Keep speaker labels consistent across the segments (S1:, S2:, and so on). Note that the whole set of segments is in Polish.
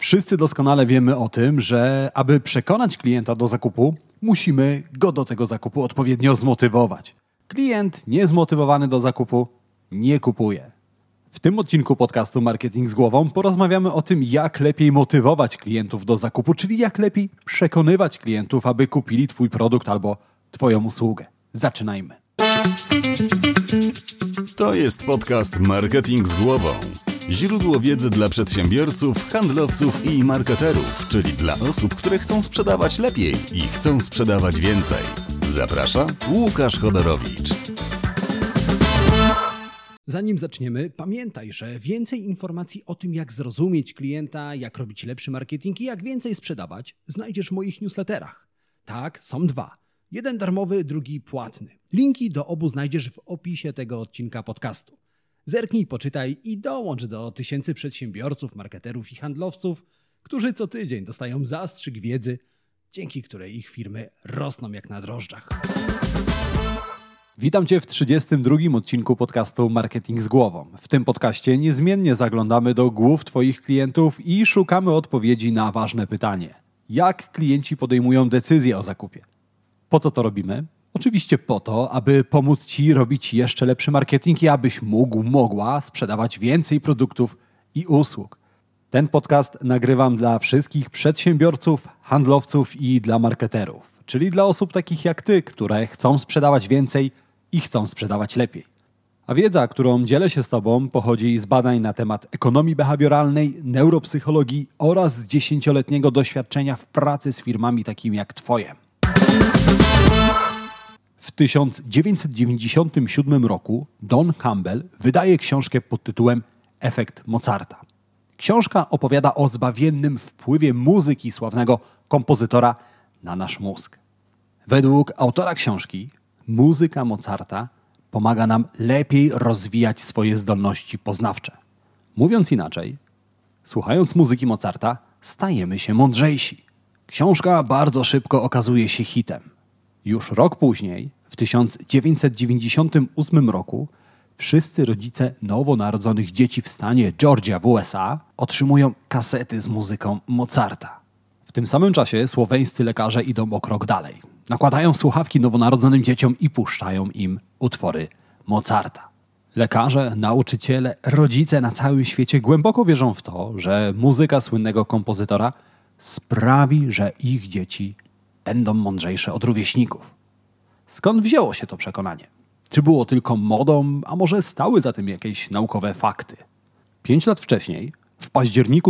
S1: Wszyscy doskonale wiemy o tym, że aby przekonać klienta do zakupu, musimy go do tego zakupu odpowiednio zmotywować. Klient niezmotywowany do zakupu nie kupuje. W tym odcinku podcastu Marketing z Głową porozmawiamy o tym, jak lepiej motywować klientów do zakupu, czyli jak lepiej przekonywać klientów, aby kupili Twój produkt albo Twoją usługę. Zaczynajmy.
S2: To jest podcast Marketing z Głową. Źródło wiedzy dla przedsiębiorców, handlowców i marketerów, czyli dla osób, które chcą sprzedawać lepiej i chcą sprzedawać więcej. Zaprasza Łukasz Chodorowicz.
S1: Zanim zaczniemy, pamiętaj, że więcej informacji o tym, jak zrozumieć klienta, jak robić lepszy marketing i jak więcej sprzedawać, znajdziesz w moich newsletterach. Tak, są dwa. Jeden darmowy, drugi płatny. Linki do obu znajdziesz w opisie tego odcinka podcastu. Zerknij, poczytaj i dołącz do tysięcy przedsiębiorców, marketerów i handlowców, którzy co tydzień dostają zastrzyk wiedzy, dzięki której ich firmy rosną jak na drożdżach. Witam Cię w 32. odcinku podcastu Marketing z Głową. W tym podcaście niezmiennie zaglądamy do głów Twoich klientów i szukamy odpowiedzi na ważne pytanie. Jak klienci podejmują decyzję o zakupie? Po co to robimy? Oczywiście po to, aby pomóc Ci robić jeszcze lepszy marketing i abyś mogła sprzedawać więcej produktów i usług. Ten podcast nagrywam dla wszystkich przedsiębiorców, handlowców i dla marketerów, czyli dla osób takich jak Ty, które chcą sprzedawać więcej i chcą sprzedawać lepiej. A wiedza, którą dzielę się z Tobą, pochodzi z badań na temat ekonomii behawioralnej, neuropsychologii oraz z 10-letniego doświadczenia w pracy z firmami takimi jak Twoje. W 1997 roku Don Campbell wydaje książkę pod tytułem Efekt Mozarta. Książka opowiada o zbawiennym wpływie muzyki sławnego kompozytora na nasz mózg. Według autora książki muzyka Mozarta pomaga nam lepiej rozwijać swoje zdolności poznawcze. Mówiąc inaczej, słuchając muzyki Mozarta stajemy się mądrzejsi. Książka bardzo szybko okazuje się hitem. Już rok później, w 1998 roku, wszyscy rodzice nowonarodzonych dzieci w stanie Georgia w USA otrzymują kasety z muzyką Mozarta. W tym samym czasie słoweńscy lekarze idą o krok dalej. Nakładają słuchawki nowonarodzonym dzieciom i puszczają im utwory Mozarta. Lekarze, nauczyciele, rodzice na całym świecie głęboko wierzą w to, że muzyka słynnego kompozytora sprawi, że ich dzieci będą mądrzejsze od rówieśników. Skąd wzięło się to przekonanie? Czy było tylko modą, a może stały za tym jakieś naukowe fakty? 5 lat wcześniej, w październiku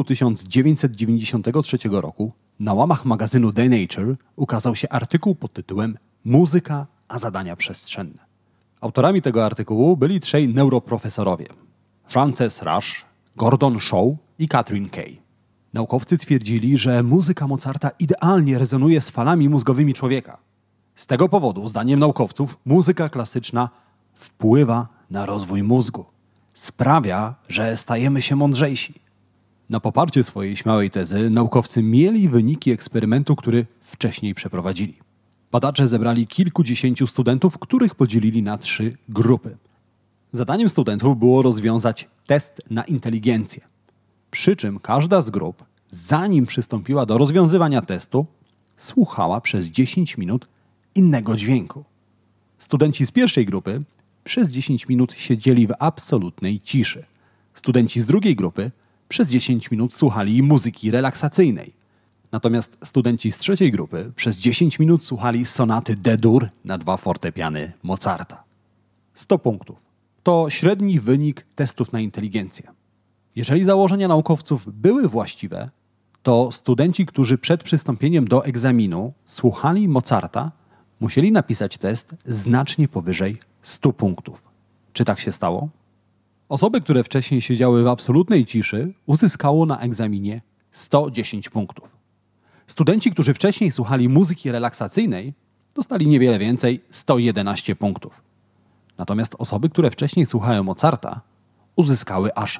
S1: 1993 roku, na łamach magazynu The Nature ukazał się artykuł pod tytułem Muzyka a zadania przestrzenne. Autorami tego artykułu byli 3 neuroprofesorowie: Frances Rush, Gordon Shaw i Catherine Kay. Naukowcy twierdzili, że muzyka Mozarta idealnie rezonuje z falami mózgowymi człowieka. Z tego powodu, zdaniem naukowców, muzyka klasyczna wpływa na rozwój mózgu. Sprawia, że stajemy się mądrzejsi. Na poparcie swojej śmiałej tezy naukowcy mieli wyniki eksperymentu, który wcześniej przeprowadzili. Badacze zebrali kilkudziesięciu studentów, których podzielili na 3 grupy. Zadaniem studentów było rozwiązać test na inteligencję. Przy czym każda z grup, zanim przystąpiła do rozwiązywania testu, słuchała przez 10 minut innego dźwięku. Studenci z pierwszej grupy przez 10 minut siedzieli w absolutnej ciszy. Studenci z drugiej grupy przez 10 minut słuchali muzyki relaksacyjnej. Natomiast studenci z trzeciej grupy przez 10 minut słuchali sonaty D-dur na 2 fortepiany Mozarta. 100 punktów. To średni wynik testów na inteligencję. Jeżeli założenia naukowców były właściwe, to studenci, którzy przed przystąpieniem do egzaminu słuchali Mozarta, musieli napisać test znacznie powyżej 100 punktów. Czy tak się stało? Osoby, które wcześniej siedziały w absolutnej ciszy, uzyskało na egzaminie 110 punktów. Studenci, którzy wcześniej słuchali muzyki relaksacyjnej, dostali niewiele więcej, 111 punktów. Natomiast osoby, które wcześniej słuchają Mozarta, uzyskały aż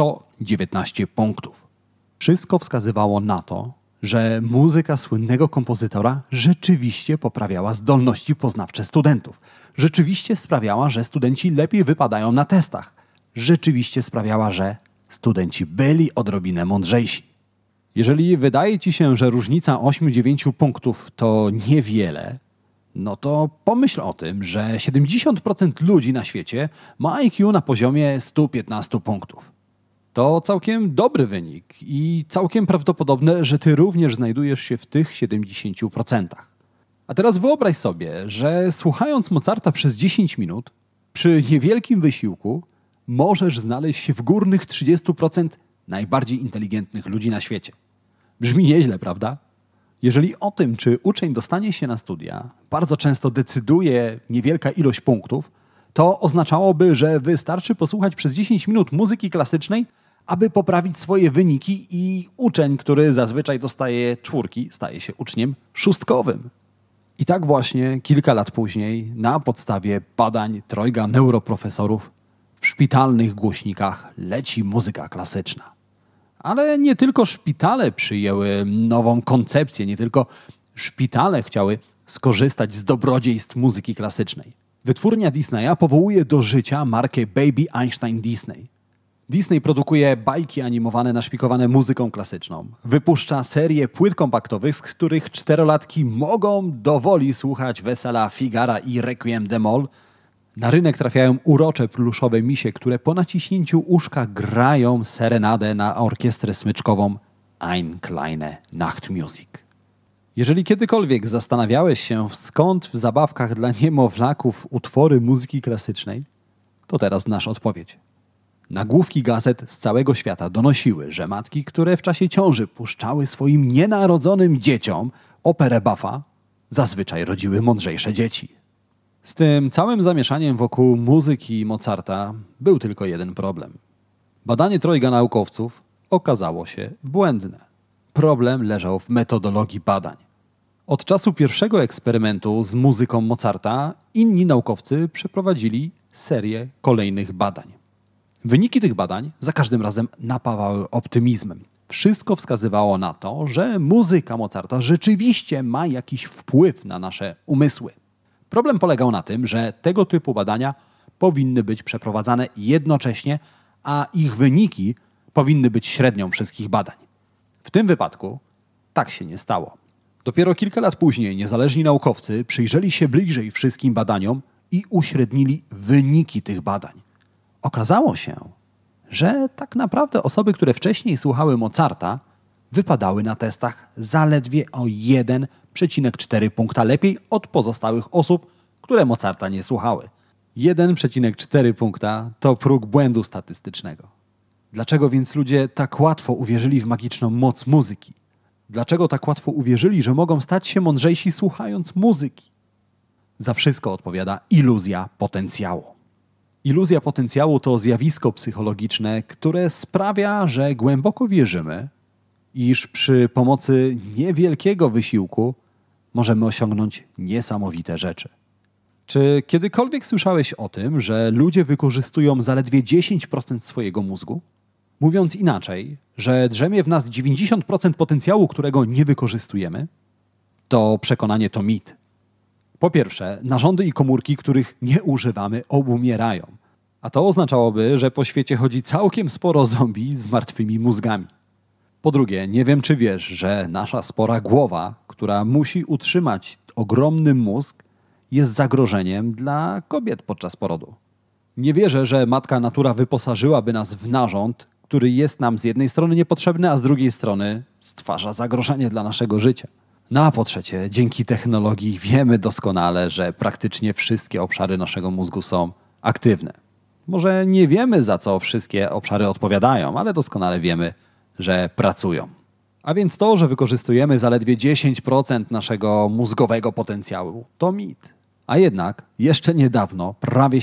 S1: 119 punktów. Wszystko wskazywało na to, że muzyka słynnego kompozytora rzeczywiście poprawiała zdolności poznawcze studentów. Rzeczywiście sprawiała, że studenci lepiej wypadają na testach. Rzeczywiście sprawiała, że studenci byli odrobinę mądrzejsi. Jeżeli wydaje ci się, że różnica 8-9 punktów to niewiele, no to pomyśl o tym, że 70% ludzi na świecie ma IQ na poziomie 115 punktów. To całkiem dobry wynik i całkiem prawdopodobne, że ty również znajdujesz się w tych 70%. A teraz wyobraź sobie, że słuchając Mozarta przez 10 minut, przy niewielkim wysiłku, możesz znaleźć się w górnych 30% najbardziej inteligentnych ludzi na świecie. Brzmi nieźle, prawda? Jeżeli o tym, czy uczeń dostanie się na studia, bardzo często decyduje niewielka ilość punktów, to oznaczałoby, że wystarczy posłuchać przez 10 minut muzyki klasycznej, aby poprawić swoje wyniki i uczeń, który zazwyczaj dostaje 4, staje się uczniem 6. I tak właśnie kilka lat później, na podstawie badań trojga neuroprofesorów, w szpitalnych głośnikach leci muzyka klasyczna. Ale nie tylko szpitale przyjęły nową koncepcję, nie tylko szpitale chciały skorzystać z dobrodziejstw muzyki klasycznej. Wytwórnia Disneya powołuje do życia markę Baby Einstein Disney. Disney produkuje bajki animowane naszpikowane muzyką klasyczną. Wypuszcza serię płyt kompaktowych, z których 4-latki mogą dowoli słuchać Wesela Figara i Requiem de Moll. Na rynek trafiają urocze pluszowe misie, które po naciśnięciu uszka grają serenadę na orkiestrę smyczkową Ein kleine Nachtmusik. Jeżeli kiedykolwiek zastanawiałeś się, skąd w zabawkach dla niemowlaków utwory muzyki klasycznej, to teraz znasz odpowiedź. Nagłówki gazet z całego świata donosiły, że matki, które w czasie ciąży puszczały swoim nienarodzonym dzieciom operę Buffa, zazwyczaj rodziły mądrzejsze dzieci. Z tym całym zamieszaniem wokół muzyki Mozarta był tylko jeden problem. Badanie trojga naukowców okazało się błędne. Problem leżał w metodologii badań. Od czasu pierwszego eksperymentu z muzyką Mozarta inni naukowcy przeprowadzili serię kolejnych badań. Wyniki tych badań za każdym razem napawały optymizmem. Wszystko wskazywało na to, że muzyka Mozarta rzeczywiście ma jakiś wpływ na nasze umysły. Problem polegał na tym, że tego typu badania powinny być przeprowadzane jednocześnie, a ich wyniki powinny być średnią wszystkich badań. W tym wypadku tak się nie stało. Dopiero kilka lat później niezależni naukowcy przyjrzeli się bliżej wszystkim badaniom i uśrednili wyniki tych badań. Okazało się, że tak naprawdę osoby, które wcześniej słuchały Mozarta, wypadały na testach zaledwie o 1,4 punkta lepiej od pozostałych osób, które Mozarta nie słuchały. 1,4 punkta to próg błędu statystycznego. Dlaczego więc ludzie tak łatwo uwierzyli w magiczną moc muzyki? Dlaczego tak łatwo uwierzyli, że mogą stać się mądrzejsi słuchając muzyki? Za wszystko odpowiada iluzja potencjału. Iluzja potencjału to zjawisko psychologiczne, które sprawia, że głęboko wierzymy, iż przy pomocy niewielkiego wysiłku możemy osiągnąć niesamowite rzeczy. Czy kiedykolwiek słyszałeś o tym, że ludzie wykorzystują zaledwie 10% swojego mózgu? Mówiąc inaczej, że drzemie w nas 90% potencjału, którego nie wykorzystujemy? To przekonanie to mit. Po pierwsze, narządy i komórki, których nie używamy, obumierają. A to oznaczałoby, że po świecie chodzi całkiem sporo zombie z martwymi mózgami. Po drugie, nie wiem czy wiesz, że nasza spora głowa, która musi utrzymać ogromny mózg, jest zagrożeniem dla kobiet podczas porodu. Nie wierzę, że matka natura wyposażyłaby nas w narząd, który jest nam z jednej strony niepotrzebny, a z drugiej strony stwarza zagrożenie dla naszego życia. No a po trzecie, dzięki technologii wiemy doskonale, że praktycznie wszystkie obszary naszego mózgu są aktywne. Może nie wiemy, za co wszystkie obszary odpowiadają, ale doskonale wiemy, że pracują. A więc to, że wykorzystujemy zaledwie 10% naszego mózgowego potencjału, to mit. A jednak jeszcze niedawno prawie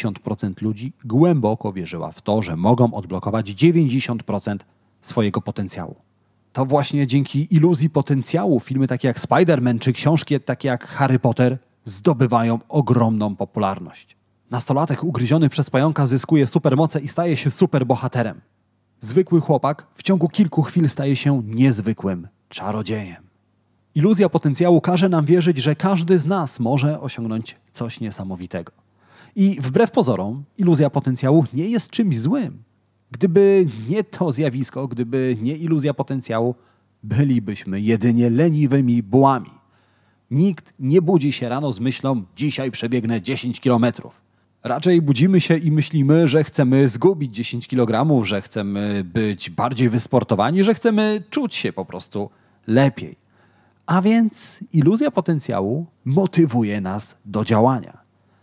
S1: 70% ludzi głęboko wierzyła w to, że mogą odblokować 90% swojego potencjału. To właśnie dzięki iluzji potencjału filmy takie jak Spider-Man czy książki takie jak Harry Potter zdobywają ogromną popularność. Nastolatek ugryziony przez pająka zyskuje supermoce i staje się superbohaterem. Zwykły chłopak w ciągu kilku chwil staje się niezwykłym czarodziejem. Iluzja potencjału każe nam wierzyć, że każdy z nas może osiągnąć coś niesamowitego. I wbrew pozorom, iluzja potencjału nie jest czymś złym. Gdyby nie to zjawisko, gdyby nie iluzja potencjału, bylibyśmy jedynie leniwymi bułami. Nikt nie budzi się rano z myślą, dzisiaj przebiegnę 10 kilometrów. Raczej budzimy się i myślimy, że chcemy zgubić 10 kg, że chcemy być bardziej wysportowani, że chcemy czuć się po prostu lepiej. A więc iluzja potencjału motywuje nas do działania.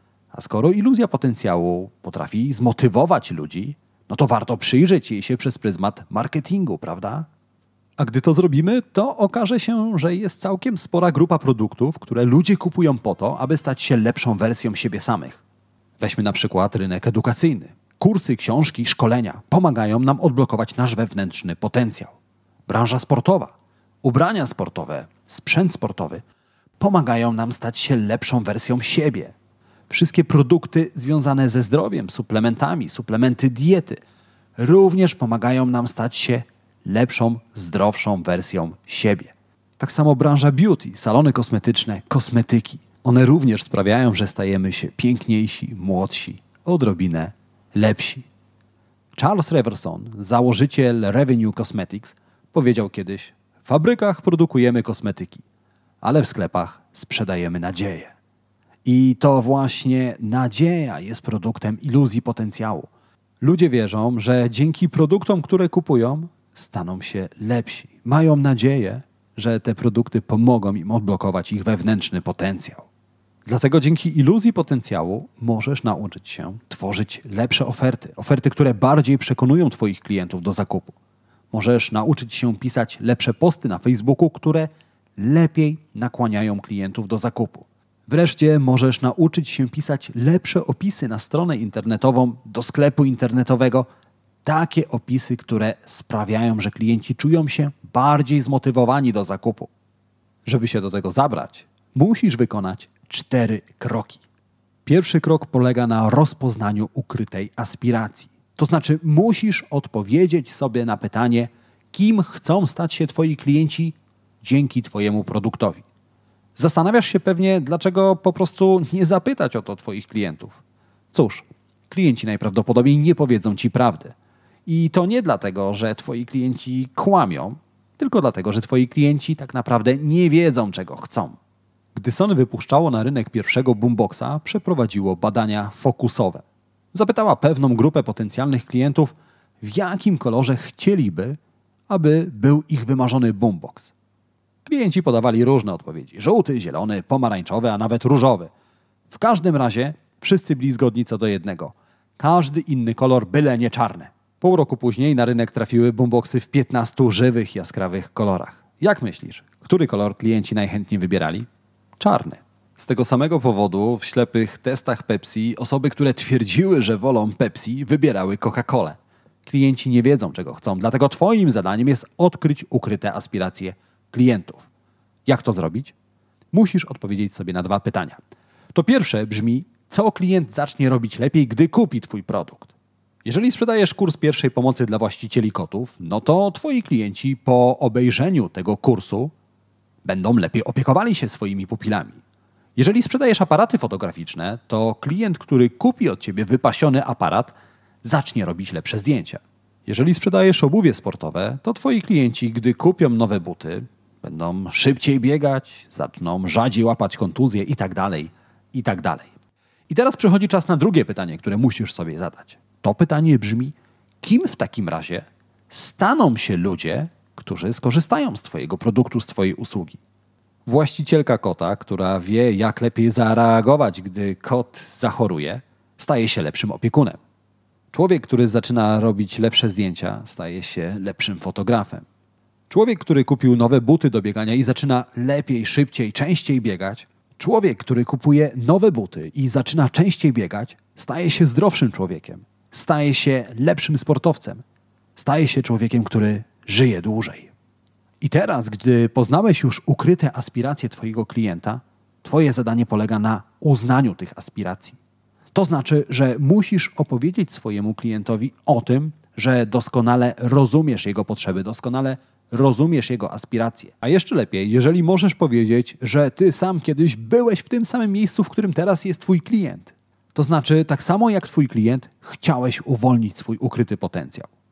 S1: A skoro iluzja potencjału potrafi zmotywować ludzi, no to warto przyjrzeć jej się przez pryzmat marketingu, prawda? A gdy to zrobimy, to okaże się, że jest całkiem spora grupa produktów, które ludzie kupują po to, aby stać się lepszą wersją siebie samych. Weźmy na przykład rynek edukacyjny. Kursy, książki, szkolenia pomagają nam odblokować nasz wewnętrzny potencjał. Branża sportowa, ubrania sportowe, sprzęt sportowy pomagają nam stać się lepszą wersją siebie. Wszystkie produkty związane ze zdrowiem, suplementami, suplementy diety również pomagają nam stać się lepszą, zdrowszą wersją siebie. Tak samo branża beauty, salony kosmetyczne, kosmetyki. One również sprawiają, że stajemy się piękniejsi, młodsi, odrobinę lepsi. Charles Reverson, założyciel Revenue Cosmetics, powiedział kiedyś: w fabrykach produkujemy kosmetyki, ale w sklepach sprzedajemy nadzieję. I to właśnie nadzieja jest produktem iluzji potencjału. Ludzie wierzą, że dzięki produktom, które kupują, staną się lepsi. Mają nadzieję, że te produkty pomogą im odblokować ich wewnętrzny potencjał. Dlatego dzięki iluzji potencjału możesz nauczyć się tworzyć lepsze oferty. Oferty, które bardziej przekonują Twoich klientów do zakupu. Możesz nauczyć się pisać lepsze posty na Facebooku, które lepiej nakłaniają klientów do zakupu. Wreszcie możesz nauczyć się pisać lepsze opisy na stronę internetową, do sklepu internetowego. Takie opisy, które sprawiają, że klienci czują się bardziej zmotywowani do zakupu. Żeby się do tego zabrać, musisz wykonać 4 kroki. Pierwszy krok polega na rozpoznaniu ukrytej aspiracji. To znaczy musisz odpowiedzieć sobie na pytanie, kim chcą stać się Twoi klienci dzięki Twojemu produktowi. Zastanawiasz się pewnie, dlaczego po prostu nie zapytać o to Twoich klientów. Cóż, klienci najprawdopodobniej nie powiedzą Ci prawdy. I to nie dlatego, że Twoi klienci kłamią, tylko dlatego, że Twoi klienci tak naprawdę nie wiedzą, czego chcą. Gdy Sony wypuszczało na rynek pierwszego boomboxa, przeprowadziło badania fokusowe. Zapytała pewną grupę potencjalnych klientów, w jakim kolorze chcieliby, aby był ich wymarzony boombox. Klienci podawali różne odpowiedzi. Żółty, zielony, pomarańczowy, a nawet różowy. W każdym razie wszyscy byli zgodni co do jednego. Każdy inny kolor, byle nie czarny. Pół roku później na rynek trafiły boomboxy w 15 żywych, jaskrawych kolorach. Jak myślisz, który kolor klienci najchętniej wybierali? Czarny. Z tego samego powodu w ślepych testach Pepsi osoby, które twierdziły, że wolą Pepsi, wybierały Coca-Colę. Klienci nie wiedzą, czego chcą, dlatego Twoim zadaniem jest odkryć ukryte aspiracje klientów. Jak to zrobić? Musisz odpowiedzieć sobie na 2 pytania. To pierwsze brzmi, co klient zacznie robić lepiej, gdy kupi Twój produkt. Jeżeli sprzedajesz kurs pierwszej pomocy dla właścicieli kotów, no to Twoi klienci po obejrzeniu tego kursu będą lepiej opiekowali się swoimi pupilami. Jeżeli sprzedajesz aparaty fotograficzne, to klient, który kupi od Ciebie wypasiony aparat, zacznie robić lepsze zdjęcia. Jeżeli sprzedajesz obuwie sportowe, to Twoi klienci, gdy kupią nowe buty, będą szybciej biegać, zaczną rzadziej łapać kontuzje itd., itd. I teraz przychodzi czas na drugie pytanie, które musisz sobie zadać. To pytanie brzmi, kim w takim razie staną się ludzie, którzy skorzystają z Twojego produktu, z Twojej usługi? Właścicielka kota, która wie, jak lepiej zareagować, gdy kot zachoruje, staje się lepszym opiekunem. Człowiek, który zaczyna robić lepsze zdjęcia, staje się lepszym fotografem. Człowiek, który kupił nowe buty do biegania i zaczyna lepiej, szybciej, częściej biegać. Człowiek, który kupuje nowe buty i zaczyna częściej biegać, staje się zdrowszym człowiekiem. Staje się lepszym sportowcem. Staje się człowiekiem, który żyje dłużej. I teraz, gdy poznałeś już ukryte aspiracje Twojego klienta, Twoje zadanie polega na uznaniu tych aspiracji. To znaczy, że musisz opowiedzieć swojemu klientowi o tym, że doskonale rozumiesz jego potrzeby, doskonale rozumiesz jego aspiracje. A jeszcze lepiej, jeżeli możesz powiedzieć, że Ty sam kiedyś byłeś w tym samym miejscu, w którym teraz jest Twój klient. To znaczy, tak samo jak Twój klient, chciałeś uwolnić swój ukryty potencjał.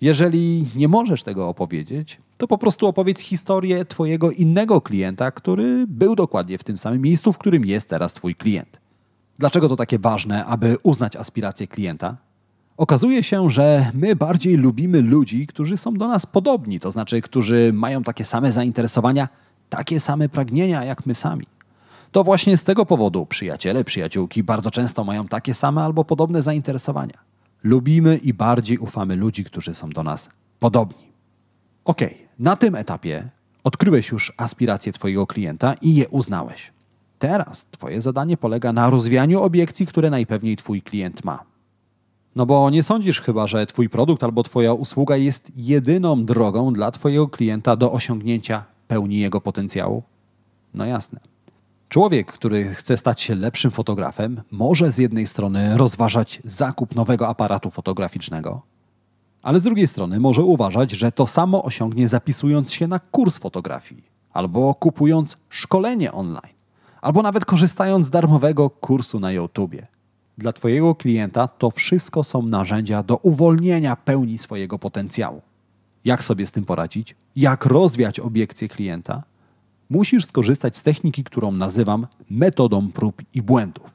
S1: Jeżeli nie możesz tego opowiedzieć, to po prostu opowiedz historię twojego innego klienta, który był dokładnie w tym samym miejscu, w którym jest teraz twój klient. Dlaczego to takie ważne, aby uznać aspiracje klienta? Okazuje się, że my bardziej lubimy ludzi, którzy są do nas podobni, to znaczy, którzy mają takie same zainteresowania, takie same pragnienia jak my sami. To właśnie z tego powodu przyjaciele, przyjaciółki bardzo często mają takie same albo podobne zainteresowania. Lubimy i bardziej ufamy ludzi, którzy są do nas podobni. Okej, na tym etapie odkryłeś już aspiracje twojego klienta i je uznałeś. Teraz twoje zadanie polega na rozwianiu obiekcji, które najpewniej twój klient ma. No bo nie sądzisz chyba, że twój produkt albo twoja usługa jest jedyną drogą dla twojego klienta do osiągnięcia pełni jego potencjału? No jasne. Człowiek, który chce stać się lepszym fotografem, może z jednej strony rozważać zakup nowego aparatu fotograficznego, ale z drugiej strony może uważać, że to samo osiągnie zapisując się na kurs fotografii, albo kupując szkolenie online, albo nawet korzystając z darmowego kursu na YouTubie. Dla twojego klienta to wszystko są narzędzia do uwolnienia pełni swojego potencjału. Jak sobie z tym poradzić? Jak rozwiać obiekcje klienta? Musisz skorzystać z techniki, którą nazywam metodą prób i błędów.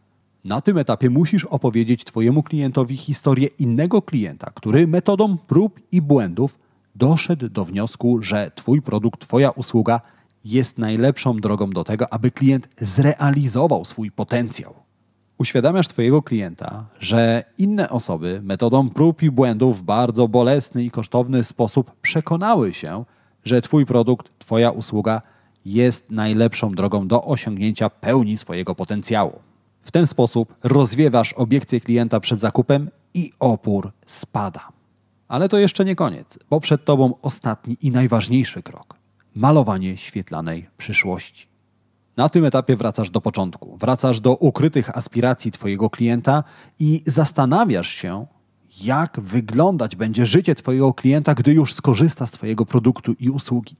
S1: Na tym etapie musisz opowiedzieć twojemu klientowi historię innego klienta, który metodą prób i błędów doszedł do wniosku, że twój produkt, twoja usługa jest najlepszą drogą do tego, aby klient zrealizował swój potencjał. Uświadamiasz twojego klienta, że inne osoby metodą prób i błędów w bardzo bolesny i kosztowny sposób przekonały się, że twój produkt, twoja usługa jest najlepszą drogą do osiągnięcia pełni swojego potencjału. W ten sposób rozwiewasz obiekcje klienta przed zakupem i opór spada. Ale to jeszcze nie koniec, bo przed tobą ostatni i najważniejszy krok. Malowanie świetlanej przyszłości. Na tym etapie wracasz do początku, wracasz do ukrytych aspiracji twojego klienta i zastanawiasz się, jak wyglądać będzie życie twojego klienta, gdy już skorzysta z twojego produktu i usługi.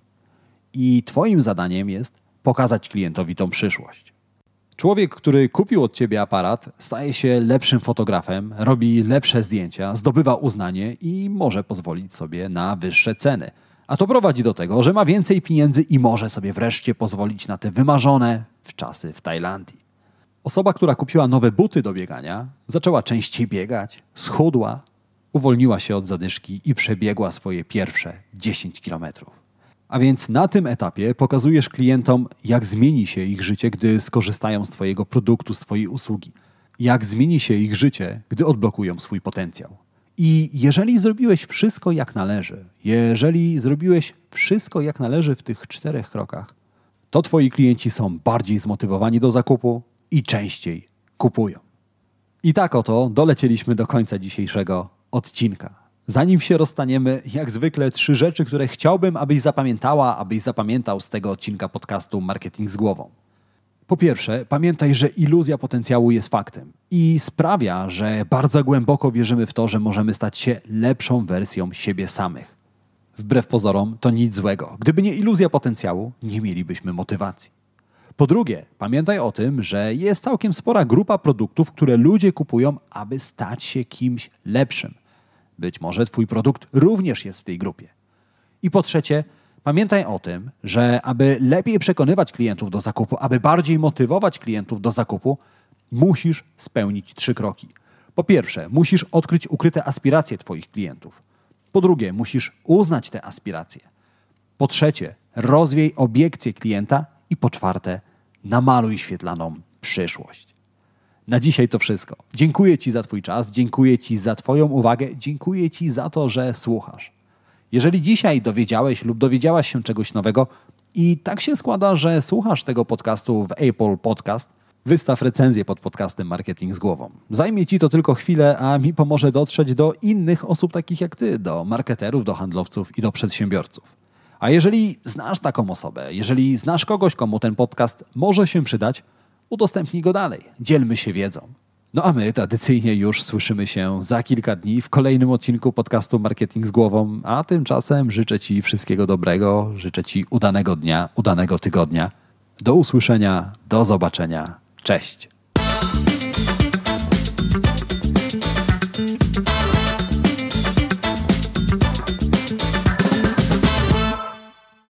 S1: I twoim zadaniem jest pokazać klientowi tą przyszłość. Człowiek, który kupił od ciebie aparat, staje się lepszym fotografem, robi lepsze zdjęcia, zdobywa uznanie i może pozwolić sobie na wyższe ceny. A to prowadzi do tego, że ma więcej pieniędzy i może sobie wreszcie pozwolić na te wymarzone wczasy w Tajlandii. Osoba, która kupiła nowe buty do biegania, zaczęła częściej biegać, schudła, uwolniła się od zadyszki i przebiegła swoje pierwsze 10 kilometrów. A więc na tym etapie pokazujesz klientom, jak zmieni się ich życie, gdy skorzystają z twojego produktu, z twojej usługi. Jak zmieni się ich życie, gdy odblokują swój potencjał. I jeżeli zrobiłeś wszystko jak należy w tych 4 krokach, to twoi klienci są bardziej zmotywowani do zakupu i częściej kupują. I tak oto dolecieliśmy do końca dzisiejszego odcinka. Zanim się rozstaniemy, jak zwykle 3 rzeczy, które chciałbym, abyś zapamiętała, abyś zapamiętał z tego odcinka podcastu Marketing z Głową. Po pierwsze, pamiętaj, że iluzja potencjału jest faktem i sprawia, że bardzo głęboko wierzymy w to, że możemy stać się lepszą wersją siebie samych. Wbrew pozorom to nic złego. Gdyby nie iluzja potencjału, nie mielibyśmy motywacji. Po drugie, pamiętaj o tym, że jest całkiem spora grupa produktów, które ludzie kupują, aby stać się kimś lepszym. Być może twój produkt również jest w tej grupie. I po trzecie, pamiętaj o tym, że aby lepiej przekonywać klientów do zakupu, aby bardziej motywować klientów do zakupu, musisz spełnić 3 kroki. Po pierwsze, musisz odkryć ukryte aspiracje twoich klientów. Po drugie, musisz uznać te aspiracje. Po trzecie, rozwiej obiekcje klienta. I po czwarte, namaluj świetlaną przyszłość. Na dzisiaj to wszystko. Dziękuję ci za twój czas, dziękuję ci za twoją uwagę, dziękuję ci za to, że słuchasz. Jeżeli dzisiaj dowiedziałeś lub dowiedziałaś się czegoś nowego i tak się składa, że słuchasz tego podcastu w Apple Podcast, wystaw recenzję pod podcastem Marketing z Głową. Zajmie ci to tylko chwilę, a mi pomoże dotrzeć do innych osób takich jak ty, do marketerów, do handlowców i do przedsiębiorców. A jeżeli znasz taką osobę, jeżeli znasz kogoś, komu ten podcast może się przydać, udostępnij go dalej, dzielmy się wiedzą. No a my tradycyjnie już słyszymy się za kilka dni w kolejnym odcinku podcastu Marketing z Głową, a tymczasem życzę ci wszystkiego dobrego, życzę ci udanego dnia, udanego tygodnia. Do usłyszenia, do zobaczenia, cześć!